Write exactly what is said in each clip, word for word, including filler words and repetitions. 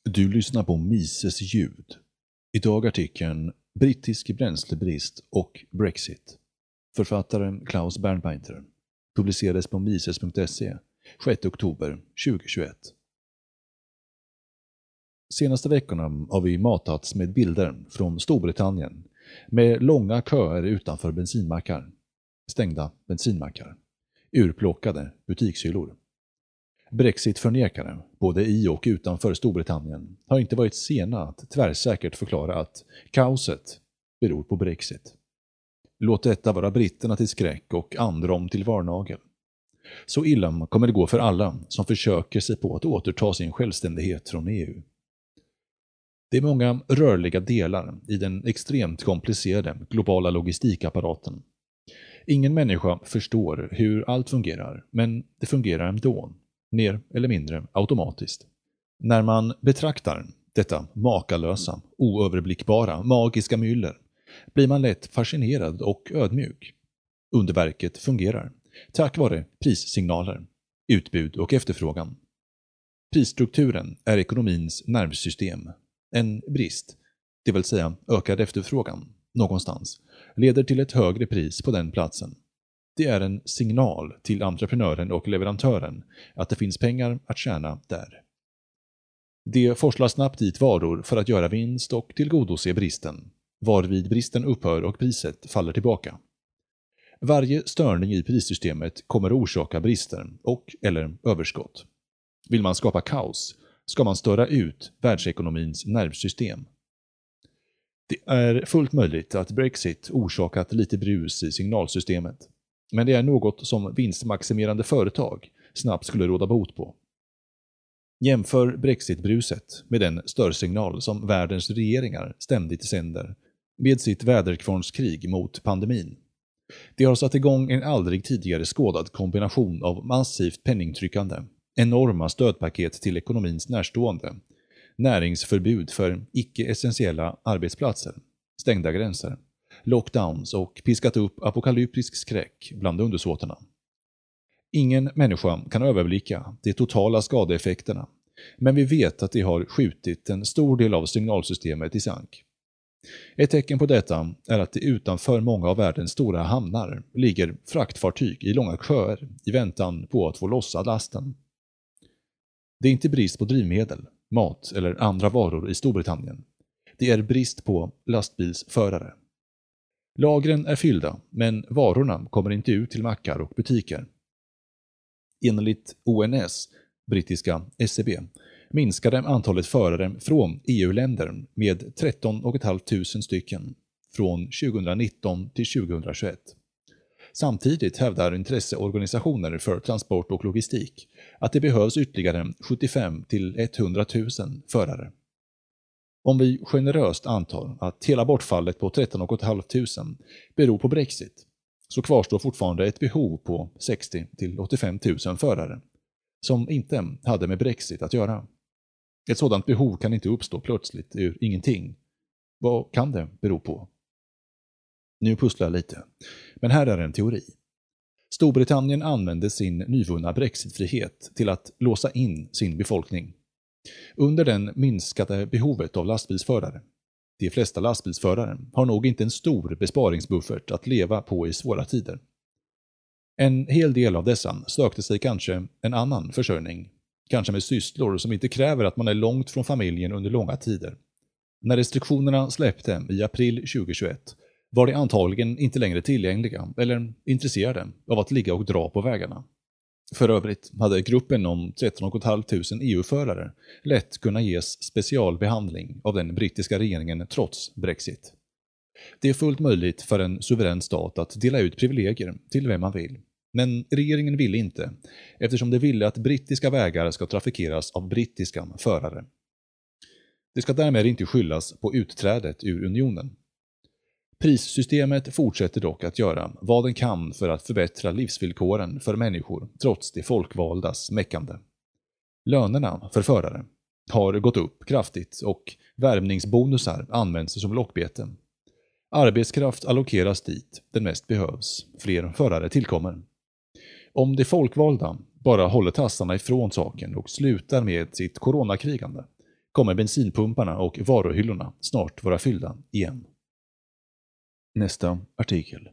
Du lyssnar på Mises ljud. Idag artikeln Brittisk bränslebrist och Brexit. Författaren Klaus Bernpainter. Publicerades på mises punkt se sjätte oktober tjugohundratjugoett. Senaste veckorna har vi matats med bilder från Storbritannien med långa köer utanför bensinmackar, stängda bensinmackar, urplockade butikshyllor. Brexit-förnekare, både i och utanför Storbritannien, har inte varit sena att tvärsäkert förklara att kaoset beror på Brexit. Låt detta vara britterna till skräck och androm till varnagel. Så illa kommer det gå för alla som försöker sig på att återta sin självständighet från E U. Det är många rörliga delar i den extremt komplicerade globala logistikapparaten. Ingen människa förstår hur allt fungerar, men det fungerar ändå, mer eller mindre automatiskt. När man betraktar detta makalösa, oöverblickbara, magiska myller blir man lätt fascinerad och ödmjuk. Underverket fungerar, tack vare prissignaler, utbud och efterfrågan. Prisstrukturen är ekonomins nervsystem. En brist, det vill säga ökad efterfrågan, någonstans, leder till ett högre pris på den platsen. Det är en signal till entreprenören och leverantören att det finns pengar att tjäna där. Det forslar snabbt dit varor för att göra vinst och tillgodose bristen, varvid bristen upphör och priset faller tillbaka. Varje störning i prissystemet kommer orsaka brister och eller överskott. Vill man skapa kaos ska man störa ut världsekonomins nervsystem. Det är fullt möjligt att Brexit orsakat lite brus i signalsystemet, men det är något som vinstmaximerande företag snabbt skulle råda bot på. Jämför Brexit-bruset med den störsignal som världens regeringar ständigt sänder med sitt väderkvarnskrig mot pandemin. Det har satt igång en aldrig tidigare skådad kombination av massivt penningtryckande, enorma stödpaket till ekonomins närstående, näringsförbud för icke-essentiella arbetsplatser, stängda gränser, lockdowns och piskat upp apokalyptisk skräck bland undersåtarna. Ingen människa kan överblicka de totala skadeeffekterna, men vi vet att de har skjutit en stor del av signalsystemet i sank. Ett tecken på detta är att det utanför många av världens stora hamnar ligger fraktfartyg i långa köer i väntan på att få lossa lasten. Det är inte brist på drivmedel, mat eller andra varor i Storbritannien. Det är brist på lastbilsförare. Lagren är fyllda, men varorna kommer inte ut till mackar och butiker. Enligt O N S, brittiska S C B, minskade antalet förare från E U-länder med tretton tusen femhundra stycken från tjugonitton till tjugohundratjugoett. Samtidigt hävdar intresseorganisationer för transport och logistik att det behövs ytterligare sjuttiofem till hundratusen förare. Om vi generöst antar att hela bortfallet på tretton tusen femhundra beror på Brexit, så kvarstår fortfarande ett behov på sextio till åttiofem tusen förare, som inte hade med Brexit att göra. Ett sådant behov kan inte uppstå plötsligt ur ingenting. Vad kan det bero på? Nu pusslar jag lite, men här är en teori. Storbritannien använde sin nyvunna brexitfrihet till att låsa in sin befolkning. Under den minskade behovet av lastbilsförare. De flesta lastbilsförare har nog inte en stor besparingsbuffert att leva på i svåra tider. En hel del av dessa sökte sig kanske en annan försörjning, kanske med sysslor som inte kräver att man är långt från familjen under långa tider. När restriktionerna släppte i april tjugohundratjugoett var de antagligen inte längre tillgängliga eller intresserade av att ligga och dra på vägarna. För övrigt hade gruppen om tretton tusen E U-förare lätt kunnat ges specialbehandling av den brittiska regeringen trots Brexit. Det är fullt möjligt för en suverän stat att dela ut privilegier till vem man vill. Men regeringen ville inte, eftersom det ville att brittiska vägar ska trafikeras av brittiska förare. Det ska därmed inte skyllas på utträdet ur unionen. Prissystemet fortsätter dock att göra vad den kan för att förbättra livsvillkoren för människor trots det folkvaldas mäckande. Lönerna för förare har gått upp kraftigt och värvningsbonusar används som lockbete. Arbetskraft allokeras dit den mest behövs, fler förare tillkommer. Om de folkvalda bara håller tassarna ifrån saken och slutar med sitt coronakrigande kommer bensinpumparna och varuhyllorna snart vara fyllda igen. Nästa artikel.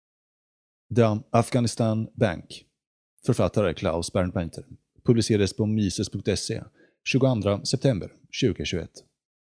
The Afghanistan Bank. Författare Klaus Bernpainter. Publicerades på mises punkt se tjugoandra september tjugohundratjugoett.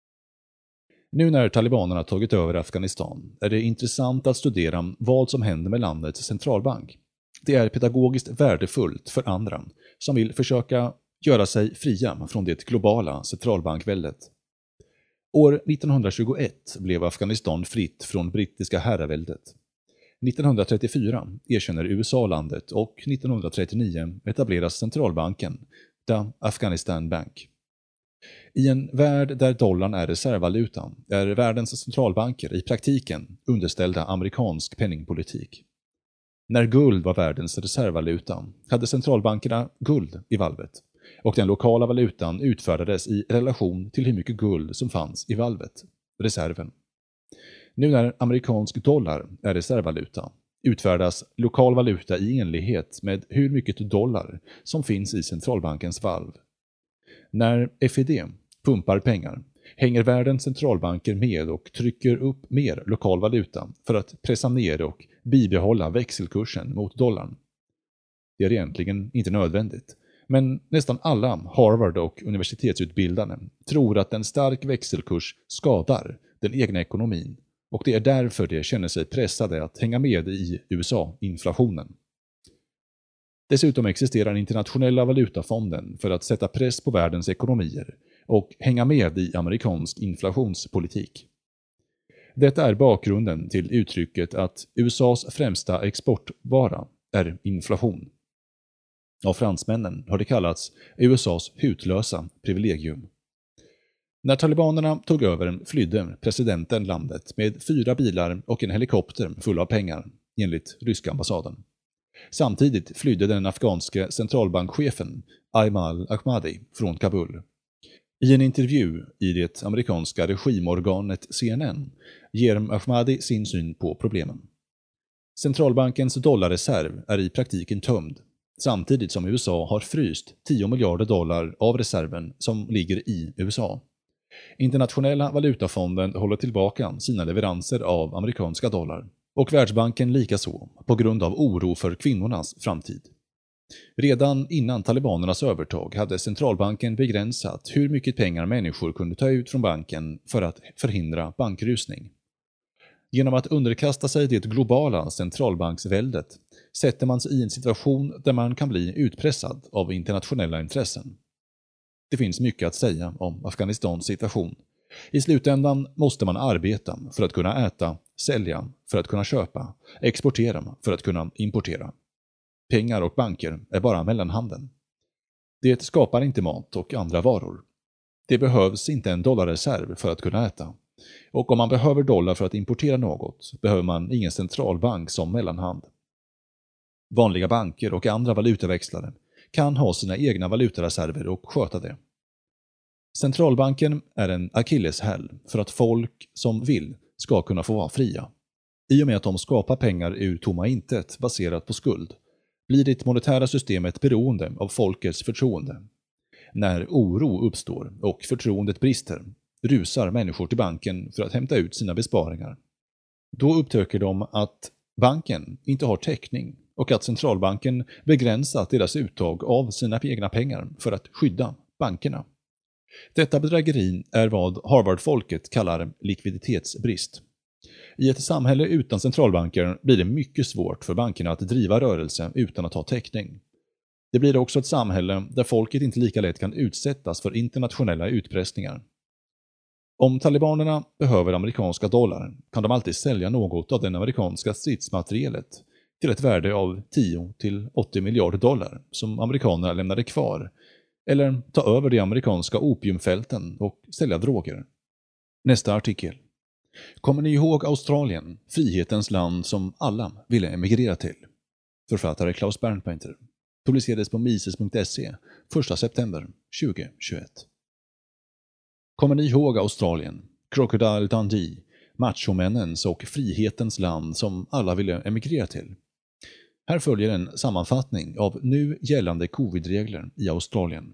Nu när talibanerna tagit över Afghanistan är det intressant att studera vad som händer med landets centralbank. Det är pedagogiskt värdefullt för andra som vill försöka göra sig fria från det globala centralbankväldet. År nittonhundratjugoett blev Afghanistan fritt från brittiska herraväldet. nittonhundratrettiofyra erkänner U S A landet och nittonhundratrettionio etableras centralbanken, The Afghanistan Bank. I en värld där dollarn är reservvalutan är världens centralbanker i praktiken underställda amerikansk penningpolitik. När guld var världens reservvaluta hade centralbankerna guld i valvet och den lokala valutan utfärdades i relation till hur mycket guld som fanns i valvet, reserven. Nu när amerikansk dollar är reservvaluta utfärdas lokal valuta i enlighet med hur mycket dollar som finns i centralbankens valv. När F E D pumpar pengar hänger världens centralbanker med och trycker upp mer lokal valuta för att pressa ner och bibehålla växelkursen mot dollarn. Det är egentligen inte nödvändigt, men nästan alla Harvard- och universitetsutbildade tror att en stark växelkurs skadar den egna ekonomin och det är därför de känner sig pressade att hänga med i U S A-inflationen. Dessutom existerar internationella valutafonden för att sätta press på världens ekonomier och hänga med i amerikansk inflationspolitik. Detta är bakgrunden till uttrycket att U S A:s främsta exportvara är inflation. Av fransmännen har det kallats U S A:s hutlösa privilegium. När talibanerna tog över flydde presidenten landet med fyra bilar och en helikopter full av pengar, enligt ryska ambassaden. Samtidigt flydde den afghanske centralbankchefen Aymal Ahmadi från Kabul. I en intervju i det amerikanska regimorganet C N N ger Ahmadi sin syn på problemen. Centralbankens dollarreserv är i praktiken tömd, samtidigt som U S A har fryst tio miljarder dollar av reserven som ligger i U S A. Internationella valutafonden håller tillbaka sina leveranser av amerikanska dollar och Världsbanken likaså på grund av oro för kvinnornas framtid. Redan innan talibanernas övertag hade centralbanken begränsat hur mycket pengar människor kunde ta ut från banken för att förhindra bankrusning. Genom att underkasta sig det globala centralbanksväldet sätter man sig i en situation där man kan bli utpressad av internationella intressen. Det finns mycket att säga om Afghanistans situation. I slutändan måste man arbeta för att kunna äta, sälja för att kunna köpa, exportera för att kunna importera. Pengar och banker är bara mellanhanden. Det skapar inte mat och andra varor. Det behövs inte en dollarreserv för att kunna äta. Och om man behöver dollar för att importera något behöver man ingen centralbank som mellanhand. Vanliga banker och andra valutaväxlare kan ha sina egna valutareserver och sköta det. Centralbanken är en akilleshäl för att folk som vill ska kunna få vara fria. I och med att de skapar pengar ur tomma intet baserat på skuld blir det monetära systemet beroende av folkets förtroende. När oro uppstår och förtroendet brister rusar människor till banken för att hämta ut sina besparingar. Då upptäcker de att banken inte har täckning och att centralbanken begränsat deras uttag av sina egna pengar för att skydda bankerna. Detta bedrägeri är vad Harvard-folket kallar likviditetsbrist. I ett samhälle utan centralbanker blir det mycket svårt för bankerna att driva rörelse utan att ha täckning. Det blir också ett samhälle där folket inte lika lätt kan utsättas för internationella utpressningar. Om talibanerna behöver amerikanska dollar kan de alltid sälja något av den amerikanska stridsmaterielet till ett värde av tio till åttio miljarder dollar som amerikanerna lämnade kvar, eller ta över de amerikanska opiumfälten och sälja droger. Nästa artikel. Kommer ni ihåg Australien, frihetens land som alla ville emigrera till? Författare Klaus Bernpainter. Publicerades på mises punkt se första september tjugohundratjugoett. Kommer ni ihåg Australien, Crocodile Dundee, machomännens och frihetens land som alla ville emigrera till? Här följer en sammanfattning av nu gällande covid-regler i Australien.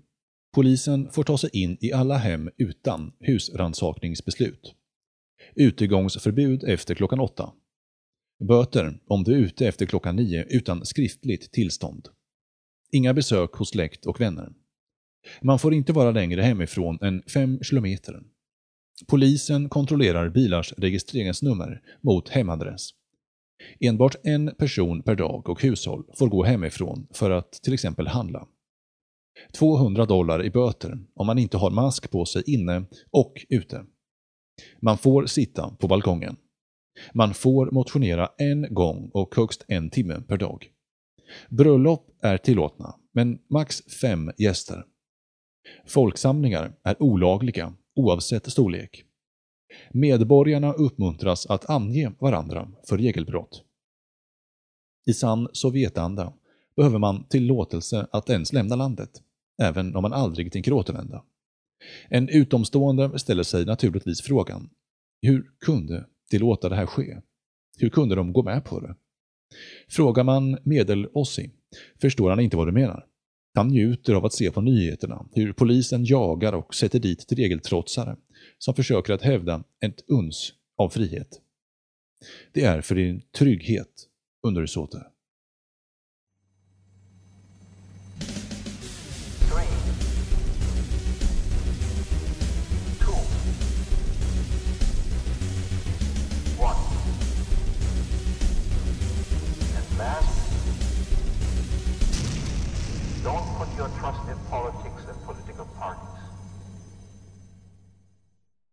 Polisen får ta sig in i alla hem utan husrannsakningsbeslut. Utegångsförbud efter klockan åtta. Böter om du är ute efter klockan nio utan skriftligt tillstånd. Inga besök hos släkt och vänner. Man får inte vara längre hemifrån än fem kilometer. Polisen kontrollerar bilars registreringsnummer mot hemadress. Enbart en person per dag och hushåll får gå hemifrån för att till exempel handla. tvåhundra dollar i böter om man inte har mask på sig inne och ute. Man får sitta på balkongen. Man får motionera en gång och högst en timme per dag. Bröllop är tillåtna, men max fem gäster. Folksamlingar är olagliga oavsett storlek. Medborgarna uppmuntras att ange varandra för regelbrott. I sann Sovjetanda behöver man tillåtelse att ens lämna landet, även om man aldrig tänker återvända. En utomstående ställer sig naturligtvis frågan: hur kunde de låta det här ske? Hur kunde de gå med på det? Frågar man medel-Ossi förstår han inte vad du menar. Han njuter av att se på nyheterna hur polisen jagar och sätter dit regeltrotsare som försöker att hävda ett uns av frihet. Det är för din trygghet, undersåte.